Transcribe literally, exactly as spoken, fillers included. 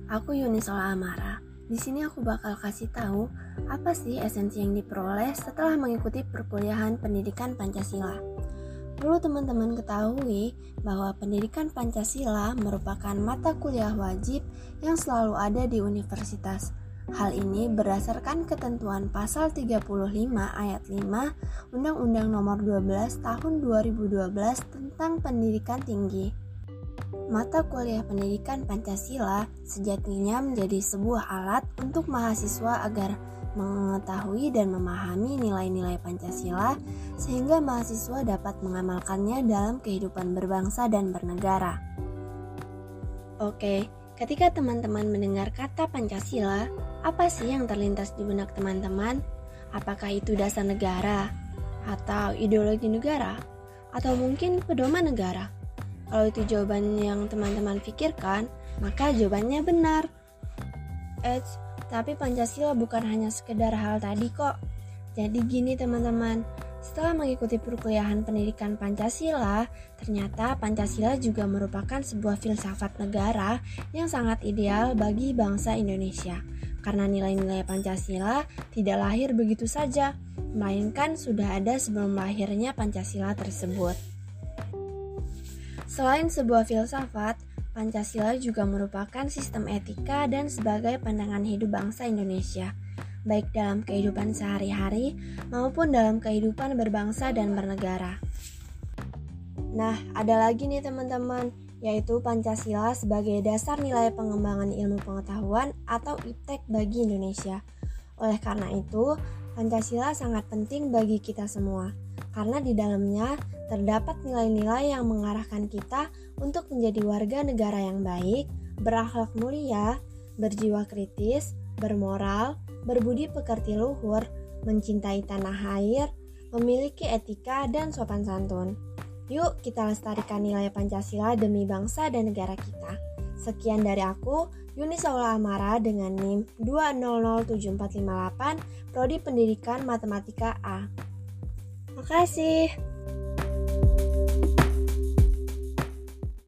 Aku Yunisola Amara. Di sini aku bakal kasih tahu apa sih esensi yang diperoleh setelah mengikuti perkuliahan pendidikan Pancasila. Perlu teman-teman ketahui bahwa pendidikan Pancasila merupakan mata kuliah wajib yang selalu ada di universitas. Hal ini berdasarkan ketentuan pasal tiga puluh lima ayat lima Undang-Undang Nomor dua belas Tahun dua ribu dua belas tentang Pendidikan Tinggi. Mata kuliah pendidikan Pancasila sejatinya menjadi sebuah alat untuk mahasiswa agar mengetahui dan memahami nilai-nilai Pancasila sehingga mahasiswa dapat mengamalkannya dalam kehidupan berbangsa dan bernegara. Oke, ketika teman-teman mendengar kata Pancasila, apa sih yang terlintas di benak teman-teman? Apakah itu dasar negara? Atau ideologi negara? Atau mungkin pedoman negara? Kalau itu jawaban yang teman-teman pikirkan, maka jawabannya benar. Eits, tapi Pancasila bukan hanya sekedar hal tadi kok. Jadi gini teman-teman, setelah mengikuti perkuliahan pendidikan Pancasila, ternyata Pancasila juga merupakan sebuah filsafat negara yang sangat ideal bagi bangsa Indonesia. Karena nilai-nilai Pancasila tidak lahir begitu saja, melainkan sudah ada sebelum lahirnya Pancasila tersebut. Selain sebuah filsafat, Pancasila juga merupakan sistem etika dan sebagai pandangan hidup bangsa Indonesia, baik dalam kehidupan sehari-hari maupun dalam kehidupan berbangsa dan bernegara. Nah, ada lagi nih teman-teman, yaitu Pancasila sebagai dasar nilai pengembangan ilmu pengetahuan atau I P T E K bagi Indonesia. Oleh karena itu, Pancasila sangat penting bagi kita semua, karena di dalamnya terdapat nilai-nilai yang mengarahkan kita untuk menjadi warga negara yang baik, berakhlak mulia, berjiwa kritis, bermoral, berbudi pekerti luhur, mencintai tanah air, memiliki etika dan sopan santun. Yuk kita lestarikan nilai Pancasila demi bangsa dan negara kita. Sekian dari aku, Yunisola Amara dengan N I M dua nol nol tujuh empat lima delapan, Prodi Pendidikan Matematika A. Makasih.